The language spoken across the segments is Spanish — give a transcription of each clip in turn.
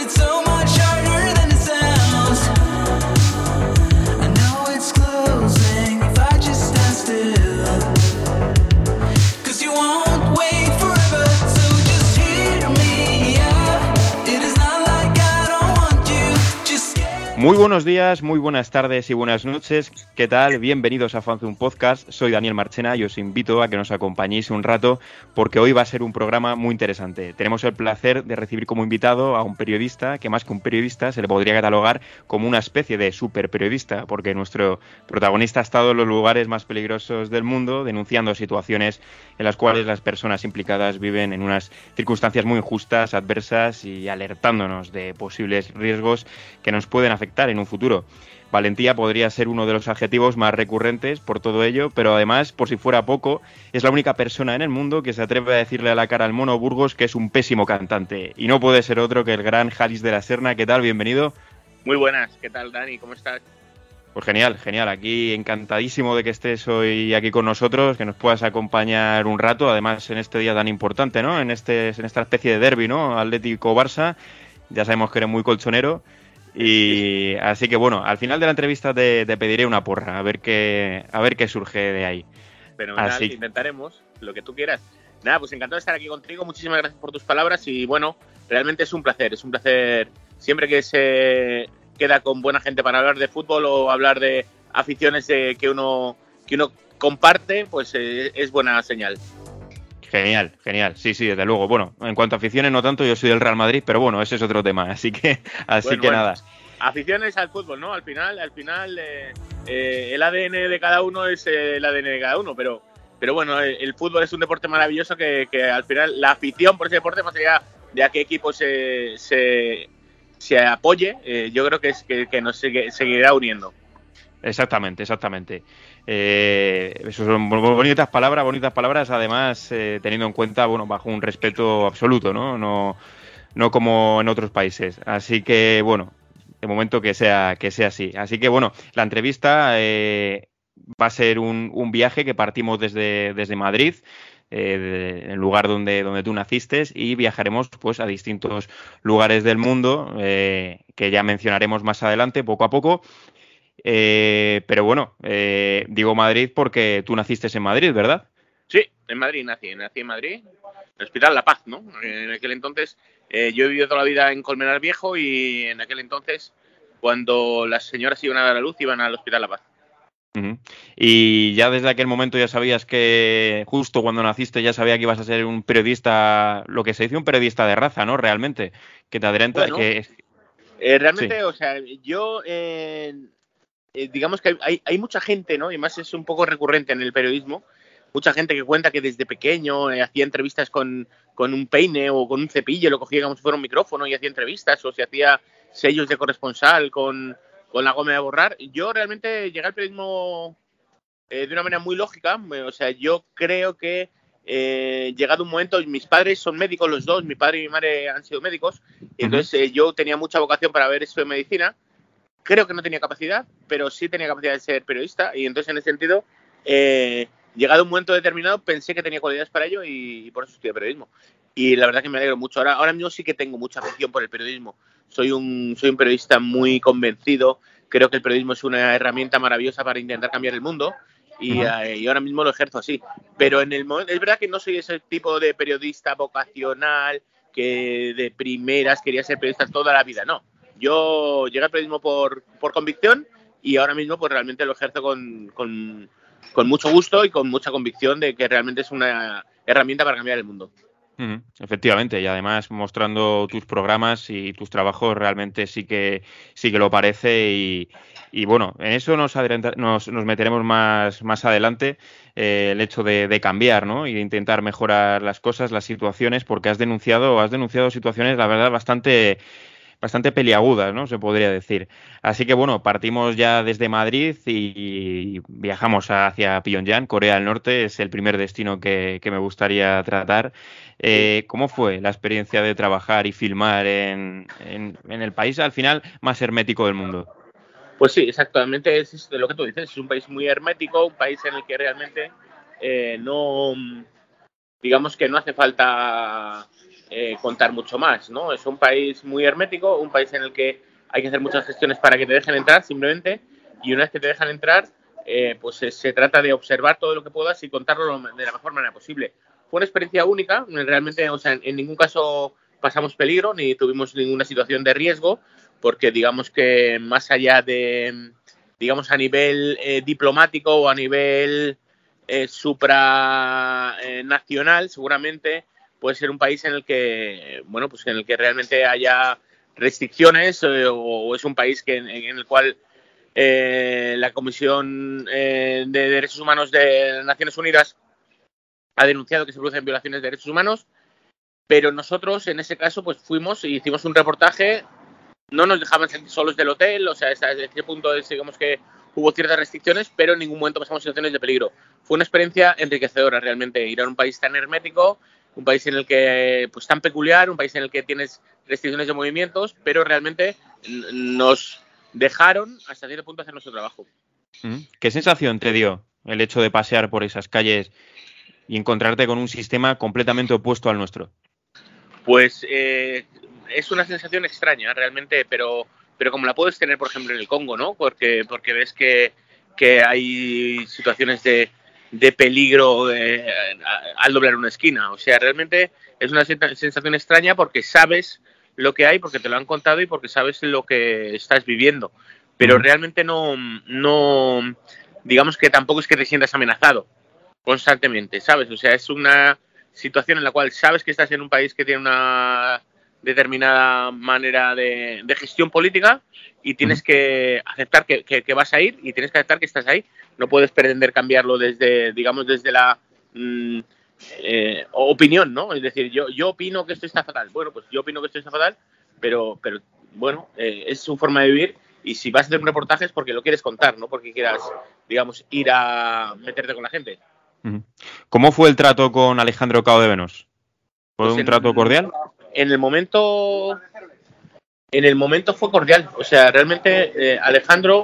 Muy buenos días, muy buenas tardes y buenas noches. ¿Qué tal? Bienvenidos a Fanzone Podcast. Soy Daniel Marchena y os invito a que nos acompañéis un rato porque hoy va a ser un programa muy interesante. Tenemos el placer de recibir como invitado a un periodista que más que un periodista se le podría catalogar como una especie de superperiodista, porque nuestro protagonista ha estado en los lugares más peligrosos del mundo denunciando situaciones en las cuales las personas implicadas viven en unas circunstancias muy injustas, adversas y alertándonos de posibles riesgos que nos pueden afectar en un futuro. Valentía podría ser uno de los adjetivos más recurrentes por todo ello, pero además, por si fuera poco, es la única persona en el mundo que se atreve a decirle a la cara al Mono Burgos que es un pésimo cantante. Y no puede ser otro que el gran Jalis de la Serna. ¿Qué tal? Bienvenido. Muy buenas. ¿Qué tal, Dani? ¿Cómo estás? Pues genial, genial. Aquí encantadísimo de que estés hoy aquí con nosotros, que nos puedas acompañar un rato, además en este día tan importante, ¿no? En esta especie de derbi, ¿no? Atlético-Barça. Ya sabemos que eres muy colchonero. Y así que bueno, al final de la entrevista te pediré una porra, a ver qué surge de ahí. Fenomenal, así intentaremos lo que tú quieras. Nada, pues encantado de estar aquí contigo, muchísimas gracias por tus palabras y bueno, realmente es un placer siempre que se queda con buena gente para hablar de fútbol o hablar de aficiones que uno comparte, pues es buena señal. Genial, genial, sí, desde luego. Bueno, en cuanto a aficiones no tanto, yo soy del Real Madrid, pero bueno, ese es otro tema, así que nada. Aficiones al fútbol, ¿no? Al final el ADN de cada uno es el ADN de cada uno, pero bueno, el fútbol es un deporte maravilloso que al final la afición por ese deporte, más allá de a qué equipo se apoye, yo creo que nos seguirá uniendo. Exactamente. Eso son bonitas palabras, además teniendo en cuenta, bueno, bajo un respeto absoluto, no como en otros países. Así que, bueno, de momento que sea así. Así que, bueno, la entrevista va a ser un viaje que partimos desde Madrid, el lugar donde tú naciste, y viajaremos pues a distintos lugares del mundo que ya mencionaremos más adelante, poco a poco. Pero bueno, digo Madrid porque tú naciste en Madrid, ¿verdad? Sí, en Madrid nací en Madrid, en el Hospital La Paz, ¿no? En aquel entonces yo he vivido toda la vida en Colmenar Viejo y en aquel entonces cuando las señoras iban a dar a luz iban al Hospital La Paz. Uh-huh. Y ya desde aquel momento ya sabías que justo cuando naciste ya sabía que ibas a ser un periodista, lo que se dice un periodista de raza, ¿no? Realmente, que te adrenta, bueno, que realmente, sí. O sea, yo digamos que hay mucha gente, ¿no? Y más es un poco recurrente en el periodismo, mucha gente que cuenta que desde pequeño hacía entrevistas con un peine o con un cepillo, lo cogía como si fuera un micrófono y hacía entrevistas, o se hacía sellos de corresponsal con la goma de borrar. Yo realmente llegué al periodismo de una manera muy lógica, o sea, yo creo que llegado un momento, mis padres son médicos los dos, mi padre y mi madre han sido médicos, y entonces yo tenía mucha vocación para ver esto de medicina. Creo que no tenía capacidad, pero sí tenía capacidad de ser periodista y entonces en ese sentido, llegado a un momento determinado, pensé que tenía cualidades para ello y por eso estudié periodismo. Y la verdad que me alegro mucho. Ahora mismo sí que tengo mucha afición por el periodismo. Soy un periodista muy convencido. Creo que el periodismo es una herramienta maravillosa para intentar cambiar el mundo y ahora mismo lo ejerzo así. Pero en el momento, es verdad que no soy ese tipo de periodista vocacional que de primeras quería ser periodista toda la vida, no. Yo llegué al periodismo por convicción y ahora mismo pues realmente lo ejerzo con mucho gusto y con mucha convicción de que realmente es una herramienta para cambiar el mundo. Efectivamente, y además mostrando tus programas y tus trabajos realmente sí que lo parece y bueno, en eso nos meteremos más adelante, el hecho de cambiar, ¿no? Y de intentar mejorar las cosas, las situaciones, porque has denunciado situaciones, la verdad, bastante peliagudas, ¿no? Se podría decir. Así que bueno, partimos ya desde Madrid y viajamos hacia Pyongyang, Corea del Norte. Es el primer destino que me gustaría tratar. ¿Cómo fue la experiencia de trabajar y filmar en el país, al final, más hermético del mundo? Pues sí, exactamente, es lo que tú dices. Es un país muy hermético, un país en el que realmente no, digamos que no hace falta contar mucho más, ¿no? Es un país muy hermético, un país en el que hay que hacer muchas gestiones para que te dejen entrar simplemente, y una vez que te dejan entrar, pues se trata de observar todo lo que puedas y contarlo de la mejor manera posible. Fue una experiencia única, realmente, o sea, en ningún caso pasamos peligro ni tuvimos ninguna situación de riesgo, porque digamos que más allá de, digamos, a nivel diplomático o a nivel supranacional, seguramente puede ser un país en el que, bueno, pues en el que realmente haya restricciones, o es un país en el cual la Comisión de Derechos Humanos de Naciones Unidas ha denunciado que se producen violaciones de derechos humanos, pero nosotros en ese caso pues fuimos y hicimos un reportaje, no nos dejaban salir solos del hotel, o sea, hasta ese punto digamos que hubo ciertas restricciones, pero en ningún momento pasamos situaciones de peligro. Fue una experiencia enriquecedora realmente, ir a un país tan hermético, un país en el que, pues tan peculiar, un país en el que tienes restricciones de movimientos, pero realmente nos dejaron hasta cierto punto hacer nuestro trabajo. ¿Qué sensación te dio el hecho de pasear por esas calles y encontrarte con un sistema completamente opuesto al nuestro? Pues es una sensación extraña realmente, pero como la puedes tener, por ejemplo, en el Congo, ¿no? Porque ves que hay situaciones de peligro al doblar una esquina. O sea, realmente es una sensación extraña porque sabes lo que hay, porque te lo han contado y porque sabes lo que estás viviendo. Pero realmente no, digamos que tampoco es que te sientas amenazado constantemente, ¿sabes? O sea, es una situación en la cual sabes que estás en un país que tiene una determinada manera de gestión política y tienes que aceptar que vas a ir y tienes que aceptar que estás ahí. No puedes pretender cambiarlo desde, digamos, desde la opinión, ¿no? Es decir, yo opino que esto está fatal. Bueno, pues yo opino que esto está fatal, pero bueno, es su forma de vivir, y si vas a hacer un reportaje es porque lo quieres contar, no porque quieras, digamos, ir a meterte con la gente. ¿Cómo fue el trato con Alejandro Cao de Venós? ¿Fue Pues un trato cordial? en el momento fue cordial. O sea, realmente Alejandro,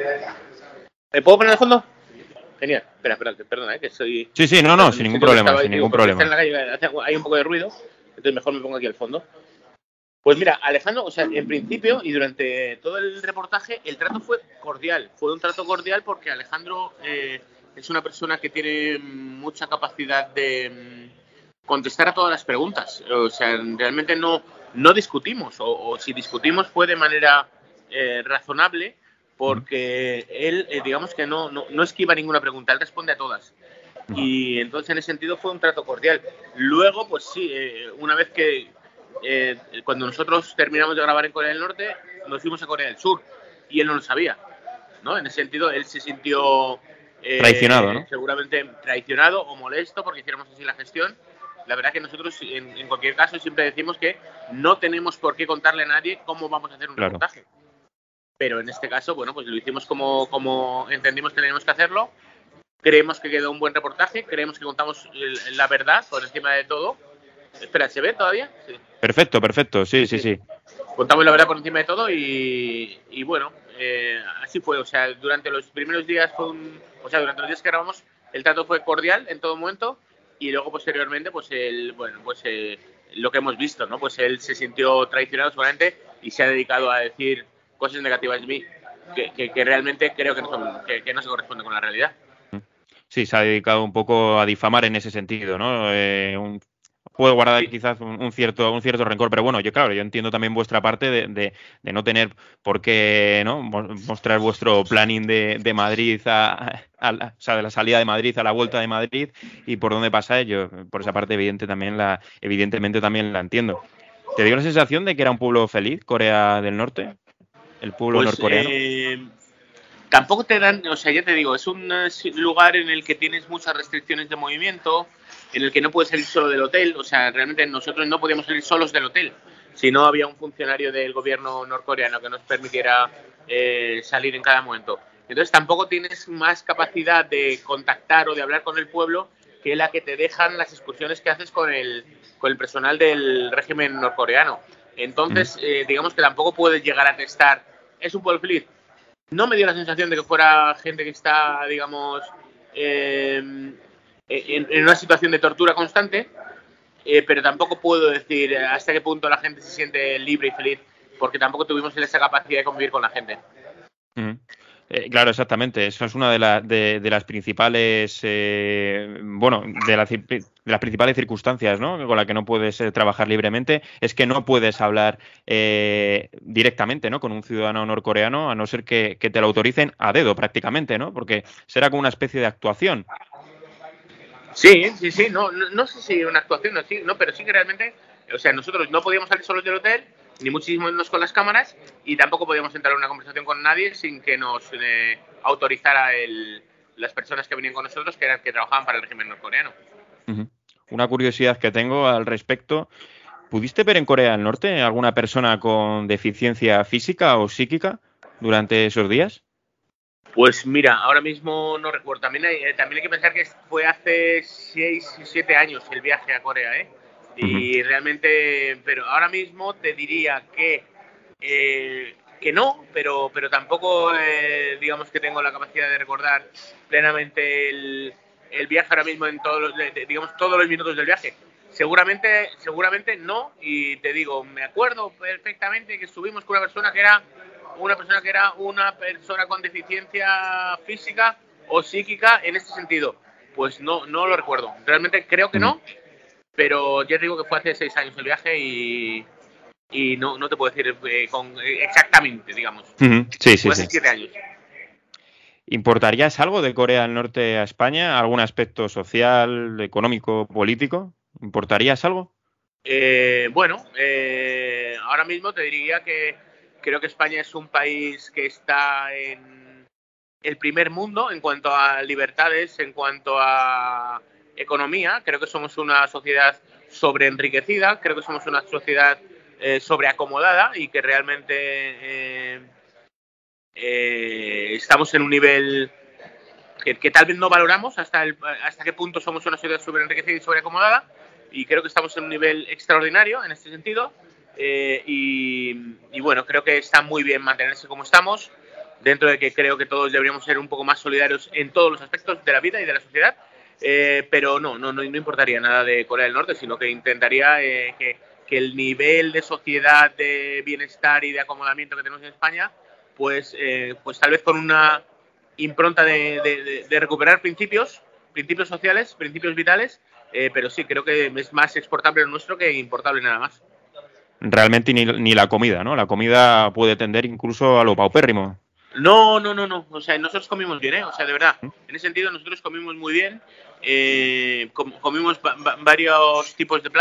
¿me puedo poner de fondo? Genial. Espera, perdona, que soy... Sí, no, sin ningún problema, sin ningún problema. En la calle hay un poco de ruido, entonces mejor me pongo aquí al fondo. Pues mira, Alejandro, o sea, en principio y durante todo el reportaje, el trato fue cordial. Fue un trato cordial porque Alejandro es una persona que tiene mucha capacidad de contestar a todas las preguntas. O sea, realmente no discutimos, o si discutimos fue de manera razonable, porque él, digamos que no esquiva ninguna pregunta, él responde a todas. Y entonces en ese sentido fue un trato cordial. Luego, pues sí, una vez que cuando nosotros terminamos de grabar en Corea del Norte, nos fuimos a Corea del Sur y él no lo sabía, ¿no? En ese sentido, él se sintió traicionado, ¿no? seguramente traicionado o molesto porque hiciéramos así la gestión. La verdad que nosotros, en cualquier caso, siempre decimos que no tenemos por qué contarle a nadie cómo vamos a hacer un reportaje. Pero en este caso, bueno, pues lo hicimos como entendimos que teníamos que hacerlo. Creemos que quedó un buen reportaje, creemos que contamos la verdad por encima de todo. Espera, ¿se ve todavía? Sí. Perfecto, sí. Contamos la verdad por encima de todo y bueno, así fue. O sea, durante los primeros días durante los días que grabamos, el trato fue cordial en todo momento, y luego posteriormente, pues lo que hemos visto, ¿no? Pues él se sintió traicionado seguramente y se ha dedicado a decir cosas negativas de mí que realmente creo que no se corresponden con la realidad. Sí, se ha dedicado un poco a difamar en ese sentido, ¿no? Puede guardar quizás un cierto rencor, pero bueno, yo entiendo también vuestra parte de no tener por qué, ¿no?, mostrar vuestro planning de Madrid o sea, de la salida de Madrid a la vuelta de Madrid y por dónde pasáis. Yo por esa parte evidentemente también la entiendo. ¿Te dio la sensación de que era un pueblo feliz, Corea del Norte? El pueblo norcoreano. Tampoco te dan, o sea, ya te digo, es un lugar en el que tienes muchas restricciones de movimiento, en el que no puedes salir solo del hotel. O sea, realmente nosotros no podíamos salir solos del hotel si no había un funcionario del gobierno norcoreano que nos permitiera salir en cada momento. Entonces tampoco tienes más capacidad de contactar o de hablar con el pueblo que la que te dejan las excursiones que haces con el personal del régimen norcoreano. Entonces, digamos que tampoco puedes llegar a testar, ¿es un pueblo feliz? No me dio la sensación de que fuera gente que está, digamos, en una situación de tortura constante, pero tampoco puedo decir hasta qué punto la gente se siente libre y feliz, porque tampoco tuvimos esa capacidad de convivir con la gente. Mm. Claro, exactamente. Eso es una de las principales, de las principales circunstancias, ¿no? Con la que no puedes trabajar libremente, es que no puedes hablar directamente, ¿no? Con un ciudadano norcoreano, a no ser que te lo autoricen a dedo prácticamente, ¿no? Porque será como una especie de actuación. Sí, no sé si una actuación o sí, no, pero sí que realmente, o sea, nosotros no podíamos salir solos del hotel, ni muchísimo menos con las cámaras, y tampoco podíamos entrar en una conversación con nadie sin que nos autorizara las personas que venían con nosotros, que trabajaban para el régimen norcoreano. Ujú. Una curiosidad que tengo al respecto. ¿Pudiste ver en Corea del Norte alguna persona con deficiencia física o psíquica durante esos días? Pues mira, ahora mismo no recuerdo. También hay que pensar que fue hace 6 o 7 años el viaje a Corea, ¿eh? Ujú. Y realmente, pero ahora mismo te diría que no, pero tampoco digamos que tengo la capacidad de recordar plenamente el viaje ahora mismo en digamos, todos los minutos del viaje. Seguramente no, y te digo, me acuerdo perfectamente que estuvimos con una persona con deficiencia física o psíquica en este sentido. Pues no lo recuerdo. Realmente creo que Ujú. no, pero ya te digo que fue hace 6 años el viaje y no te puedo decir exactamente, digamos. Ujú. Sí, sí, Fue hace sí. 7 años. ¿Importarías algo de Corea del Norte a España? ¿Algún aspecto social, económico, político? ¿Importarías algo? Bueno, ahora mismo te diría que creo que España es un país que está en el primer mundo en cuanto a libertades, en cuanto a economía. Creo que somos una sociedad sobreenriquecida, creo que somos una sociedad sobreacomodada y que realmente estamos en un nivel que tal vez no valoramos hasta qué punto somos una sociedad sobreenriquecida y sobreacomodada, y creo que estamos en un nivel extraordinario en este sentido, y bueno, creo que está muy bien mantenerse como estamos, dentro de que creo que todos deberíamos ser un poco más solidarios en todos los aspectos de la vida y de la sociedad, pero no importaría nada de Corea del Norte, sino que intentaría que el nivel de sociedad, de bienestar y de acomodamiento que tenemos en España, pues tal vez con una impronta de recuperar principios sociales, principios vitales, pero sí, creo que es más exportable lo nuestro que importable nada más. Realmente ni la comida, ¿no? La comida puede tender incluso a lo paupérrimo. No. O sea, nosotros comimos bien, ¿eh? O sea, de verdad. En ese sentido, nosotros comimos muy bien. Comimos varios tipos de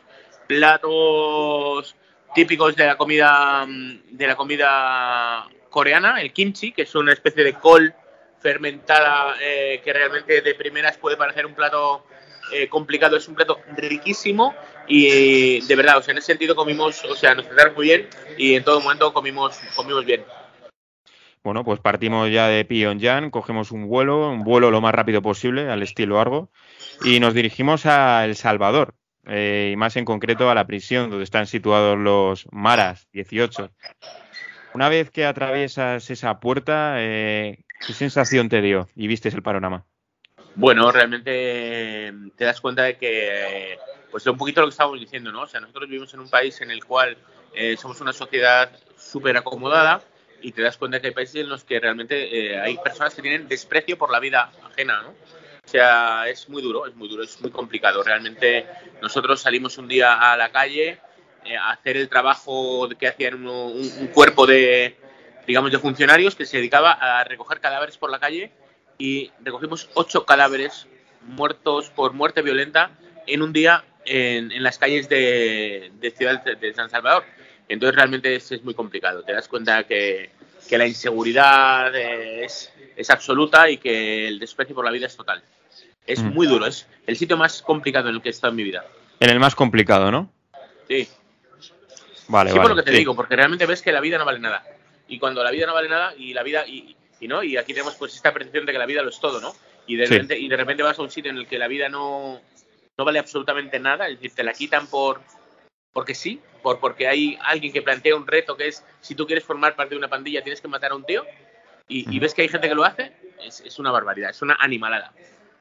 platos típicos de la comida coreana, el kimchi, que es una especie de col fermentada que realmente de primeras puede parecer un plato complicado, es un plato riquísimo y de verdad, o sea, en ese sentido comimos, o sea, nos trataron muy bien y en todo momento comimos bien. Bueno, pues partimos ya de Pyongyang, cogemos un vuelo lo más rápido posible, al estilo Argo, y nos dirigimos a El Salvador, y más en concreto a la prisión donde están situados los Maras 18. Una vez que atraviesas esa puerta, ¿qué sensación te dio y vistes el panorama? Bueno, realmente te das cuenta de que, pues un poquito lo que estábamos diciendo, ¿no? O sea, nosotros vivimos en un país en el cual somos una sociedad súper acomodada y te das cuenta que hay países en los que realmente hay personas que tienen desprecio por la vida ajena, ¿no? O sea, es muy duro, es muy complicado. Realmente nosotros salimos un día a la calle a hacer el trabajo que hacían un cuerpo digamos, de funcionarios que se dedicaba a recoger cadáveres por la calle y recogimos 8 cadáveres muertos por muerte violenta en un día en las calles de Ciudad de San Salvador. Entonces realmente es muy complicado. Te das cuenta que la inseguridad es absoluta y que el desprecio por la vida es total. Es Mm. muy duro, es el sitio más complicado en el que he estado en mi vida. En el más complicado, ¿no? Sí, Vale, sí, por lo vale, que te sí, digo, porque realmente ves que la vida no vale nada. Y cuando la vida no vale nada y la vida y no, y aquí tenemos pues esta percepción de que la vida lo es todo, ¿no? sí. Y de repente vas a un sitio en el que la vida no vale absolutamente nada, es decir, te la quitan porque sí, porque hay alguien que plantea un reto que es si tú quieres formar parte de una pandilla tienes que matar a un tío y Ujú. ves que hay gente que lo hace, es una barbaridad, es una animalada.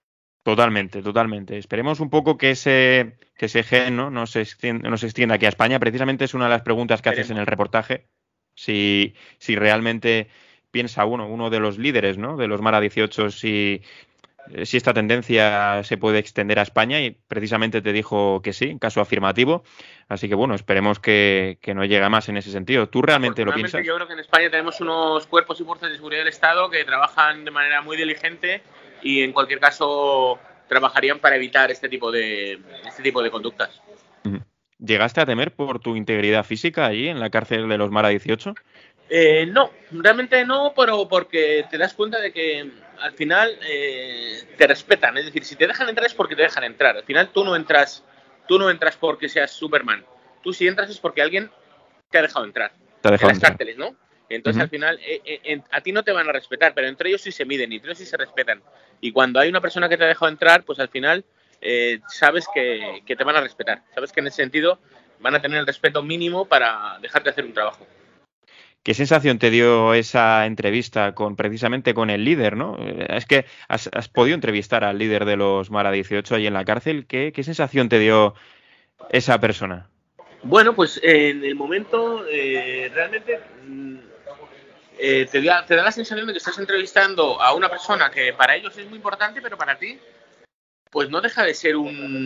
Totalmente, totalmente. Esperemos un poco que ese gen, ¿no? No se extienda aquí a España. Precisamente es una de las preguntas que haces en Esperemos. el reportaje. Si realmente piensa uno de los líderes, ¿no? De los Mara 18, si esta tendencia se puede extender a España, y precisamente te dijo que sí, en caso afirmativo. Así que bueno, esperemos que no llegue a más en ese sentido. ¿Tú realmente lo Afortunadamente piensas? yo creo que en España tenemos unos cuerpos y fuerzas de seguridad del Estado que trabajan de manera muy diligente y en cualquier caso trabajarían para evitar este tipo de conductas. Ujú. ¿Llegaste a temer por tu integridad física allí en la cárcel de los Mara 18? No, realmente no, pero porque te das cuenta de que al final te respetan. Es decir, si te dejan entrar es porque te dejan entrar. Al final tú no entras porque seas Superman. Tú si entras es porque alguien te ha dejado entrar. Te ha En dejado las entrar. cárceles, ¿no? Entonces Ujú. al final a ti no te van a respetar, pero entre ellos sí se miden, y entre ellos sí se respetan. Y cuando hay una persona que te ha dejado entrar, pues al final sabes que te van a respetar. Sabes que en ese sentido van a tener el respeto mínimo para dejarte hacer un trabajo. ¿Qué sensación te dio esa entrevista precisamente con el líder, ¿no? Es que has podido entrevistar al líder de los Mara 18 ahí en la cárcel. ¿Qué sensación te dio esa persona? Bueno, pues en el momento realmente te da la sensación de que estás entrevistando a una persona que para ellos es muy importante, pero para ti pues no deja de ser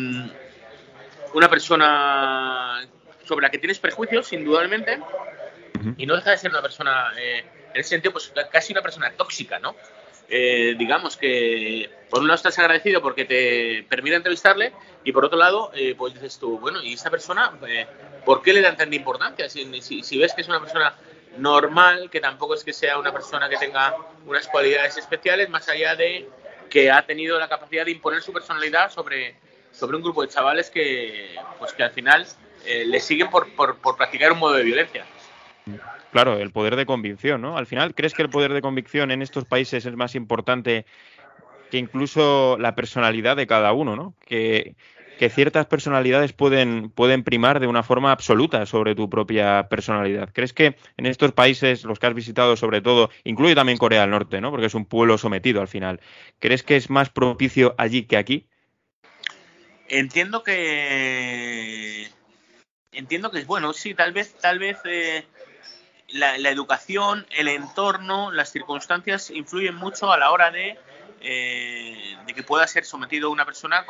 una persona sobre la que tienes prejuicios, indudablemente, Ujú. y no deja de ser una persona, en ese sentido, pues casi una persona tóxica, ¿no? Digamos que por un lado estás agradecido porque te permite entrevistarle y por otro lado, pues dices tú, bueno, ¿y esta persona por qué le dan tanta importancia? Si ves que es una persona normal, que tampoco es que sea una persona que tenga unas cualidades especiales, más allá de que ha tenido la capacidad de imponer su personalidad sobre un grupo de chavales pues que al final le siguen por practicar un modo de violencia. Claro, el poder de convicción, ¿no? Al final, ¿crees que el poder de convicción en estos países es más importante que incluso la personalidad de cada uno, ¿no? Que ciertas personalidades pueden primar de una forma absoluta sobre tu propia personalidad. ¿Crees que en estos países, los que has visitado sobre todo, incluye también Corea del Norte, ¿no? Porque es un pueblo sometido al final. ¿Crees que es más propicio allí que aquí? Entiendo que es bueno, sí, tal vez la educación, el entorno, las circunstancias influyen mucho a la hora de que pueda ser sometido una persona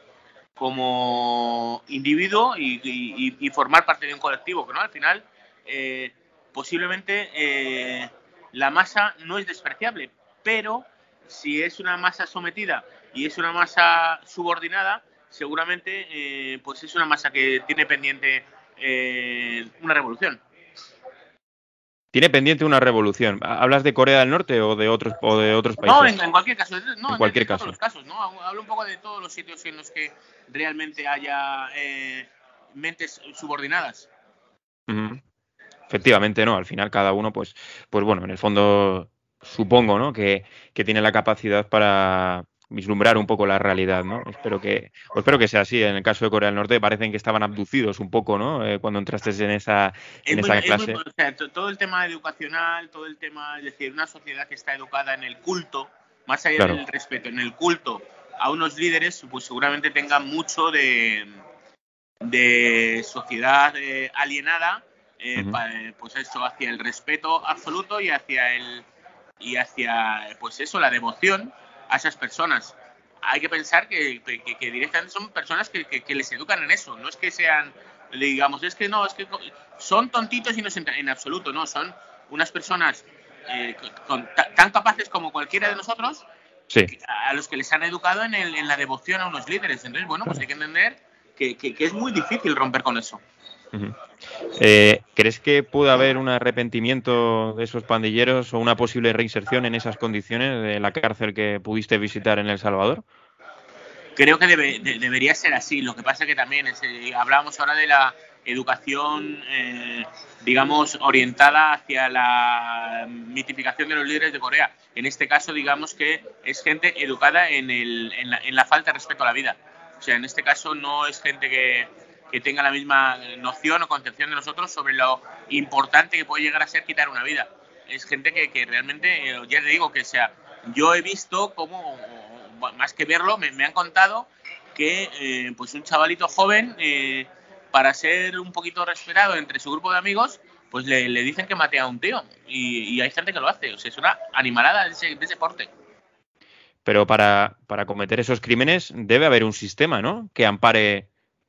como individuo y formar parte de un colectivo, ¿no? Al final, eh, posiblemente la masa no es despreciable, pero si es una masa sometida y es una masa subordinada, seguramente pues es una masa que tiene pendiente una revolución. ¿Tiene pendiente una revolución? ¿Hablas de Corea del Norte o de otros No, países? en cualquier caso, no, En de cualquier todos caso. los casos, ¿no? Hablo un poco de todos los sitios en los que realmente haya mentes subordinadas. Ujú. Efectivamente, ¿no? Al final cada uno, pues bueno, en el fondo supongo, ¿no? Que tiene la capacidad para vislumbrar un poco la realidad, ¿no? Espero que sea así. En el caso de Corea del Norte parecen que estaban abducidos un poco, ¿no? Cuando entraste en esa Es muy, clase. o sea, todo el tema educacional, todo el tema, es decir, una sociedad que está educada en el culto, más allá Claro. del respeto, en el culto a unos líderes, pues seguramente tenga mucho de sociedad alienada, Ujú. pues eso, hacia el respeto absoluto y hacia pues eso, la devoción a esas personas. Hay que pensar que directamente son personas que les educan en eso, no es que sean, digamos, es que no, es que son tontitos y no en absoluto, no, son unas personas tan capaces como cualquiera de nosotros Sí. a los que les han educado en la devoción a unos líderes. Entonces, bueno, pues hay Claro. que entender que es muy difícil romper con eso. Ujú. ¿Crees que puede haber un arrepentimiento de esos pandilleros o una posible reinserción en esas condiciones de la cárcel que pudiste visitar en El Salvador? Creo que debería ser así. Lo que pasa que también hablábamos ahora de la educación, digamos, orientada hacia la mitificación de los líderes de Corea. En este caso, digamos que es gente educada en la falta de respeto a la vida. O sea, en este caso no es gente que tenga la misma noción o concepción de nosotros sobre lo importante que puede llegar a ser quitar una vida. Es gente que realmente, ya te digo, que sea, yo he visto cómo más que verlo, me han contado que pues un chavalito joven, para ser un poquito respetado entre su grupo de amigos, pues le dicen que mate a un tío. Y hay gente que lo hace. O sea, es una animalada de ese porte. Pero para cometer esos crímenes debe haber un sistema, ¿no?, que ampare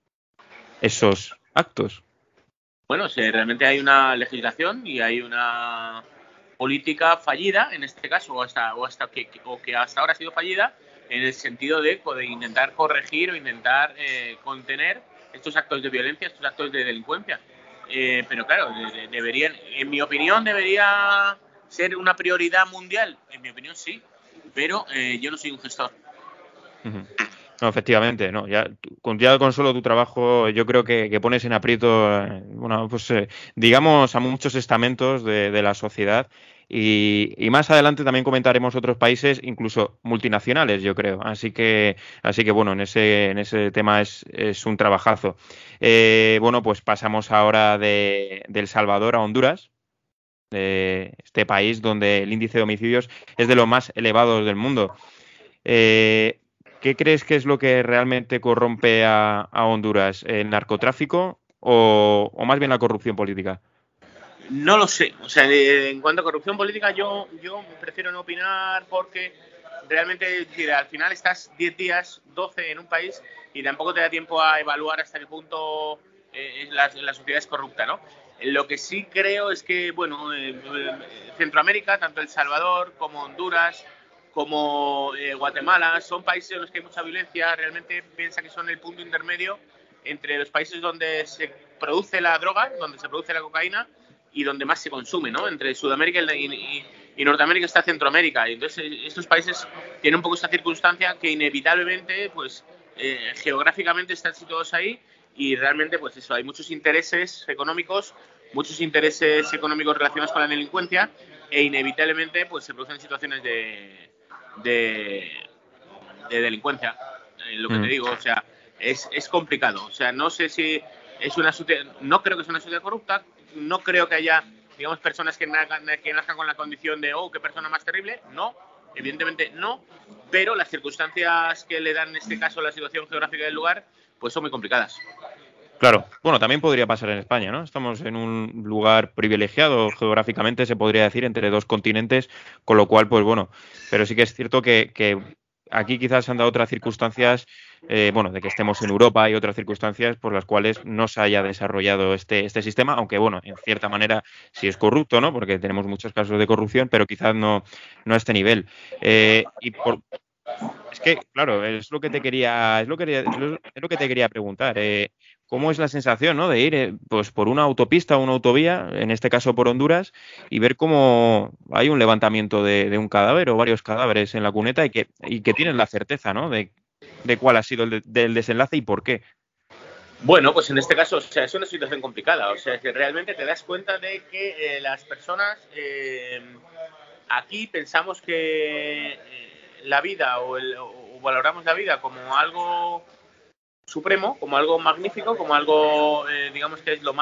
esos actos. Bueno, realmente hay una legislación y hay una política fallida, en este caso, o que hasta ahora ha sido fallida, en el sentido de intentar corregir o intentar contener estos actos de violencia, estos actos de delincuencia. Pero claro, deberían, en mi opinión, debería ser una prioridad mundial. En mi opinión, sí, pero yo no soy un gestor. Uh-huh. No, efectivamente, no. Ya con solo tu trabajo, yo creo que pones en aprieto, bueno, pues digamos, a muchos estamentos de la sociedad. Y más adelante también comentaremos otros países, incluso multinacionales, yo creo. Así que bueno, en ese tema es un trabajazo. Bueno, pues pasamos ahora de El Salvador a Honduras, de este país donde el índice de homicidios es de los más elevados del mundo. ¿Qué crees que es lo que realmente corrompe a Honduras? ¿El narcotráfico o más bien la corrupción política? No lo sé. O sea, en cuanto a corrupción política, yo prefiero no opinar porque realmente, es decir, al final estás 10 días, 12 en un país y tampoco te da tiempo a evaluar hasta qué punto la sociedad es corrupta, ¿no? Lo que sí creo es que, bueno, Centroamérica, tanto El Salvador como Honduras, como Guatemala, son países en los que hay mucha violencia. Realmente piensa que son el punto intermedio entre los países donde se produce la droga, donde se produce la cocaína, y donde más se consume, ¿no? Entre Sudamérica y Norteamérica está Centroamérica. Y entonces estos países tienen un poco esta circunstancia que inevitablemente, pues, geográficamente están situados ahí y realmente, pues eso, hay muchos intereses económicos relacionados con la delincuencia e inevitablemente, pues, se producen situaciones de delincuencia. Lo que te digo, o sea, es complicado. O sea, no sé si es una sociedad, no creo que sea una sociedad corrupta, no creo que haya, digamos, personas que nazcan con la condición de, oh, qué persona más terrible. No, evidentemente no, pero las circunstancias que le dan en este caso la situación geográfica del lugar, pues son muy complicadas. Claro, bueno, también podría pasar en España, ¿no? Estamos en un lugar privilegiado geográficamente, se podría decir, entre dos continentes, con lo cual, pues bueno, pero sí que es cierto que aquí quizás se han dado otras circunstancias, bueno, de que estemos en Europa y otras circunstancias por las cuales no se haya desarrollado este sistema, aunque bueno, en cierta manera sí es corrupto, ¿no? Porque tenemos muchos casos de corrupción, pero quizás no a este nivel. Es que, claro, es lo que te quería preguntar. ¿Cómo es la sensación, ¿no?, de ir pues por una autopista o una autovía, en este caso por Honduras, y ver cómo hay un levantamiento de un cadáver o varios cadáveres en la cuneta y que tienes la certeza, ¿no?, de cuál ha sido del desenlace y por qué? Bueno, pues en este caso, o sea, es una situación complicada. O sea, que realmente te das cuenta de que las personas aquí pensamos que la vida o valoramos la vida como algo supremo, como algo magnífico, como algo, digamos, que es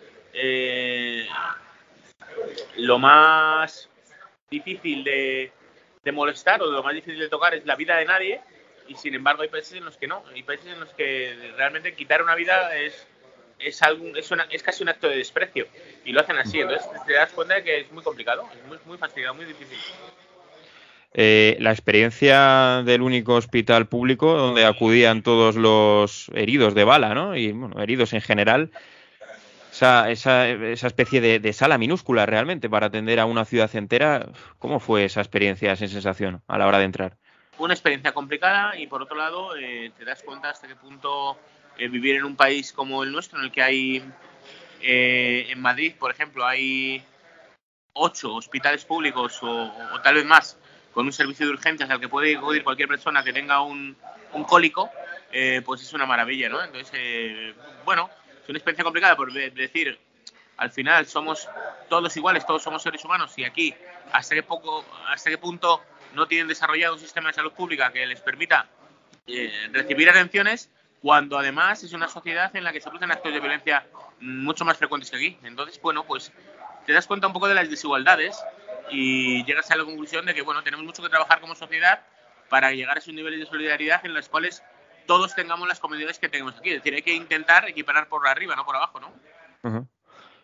lo más difícil de molestar o lo más difícil de tocar es la vida de nadie. Y sin embargo hay países en los que no, hay países en los que realmente quitar una vida es casi un acto de desprecio y lo hacen así. Entonces te das cuenta de que es muy complicado, es muy, muy fastidiado, muy difícil. La experiencia del único hospital público donde acudían todos los heridos de bala, ¿no?, y bueno, heridos en general, esa especie de sala minúscula realmente para atender a una ciudad entera. ¿Cómo fue esa experiencia, esa sensación a la hora de entrar? Una experiencia complicada y por otro lado te das cuenta hasta qué punto vivir en un país como el nuestro, en el que hay en Madrid, por ejemplo, hay 8 hospitales públicos o tal vez más, con un servicio de urgencias al que puede acudir cualquier persona que tenga un cólico, pues es una maravilla, ¿no? Entonces, bueno, es una experiencia complicada por decir, al final somos todos iguales, todos somos seres humanos y aquí, hasta qué punto no tienen desarrollado un sistema de salud pública que les permita recibir atenciones, cuando además es una sociedad en la que se producen actos de violencia mucho más frecuentes que aquí. Entonces, bueno, pues te das cuenta un poco de las desigualdades y llegas a la conclusión de que, bueno, tenemos mucho que trabajar como sociedad para llegar a esos niveles de solidaridad en los cuales todos tengamos las comodidades que tenemos aquí. Es decir, hay que intentar equiparar por arriba, no por abajo, ¿no? Uh-huh.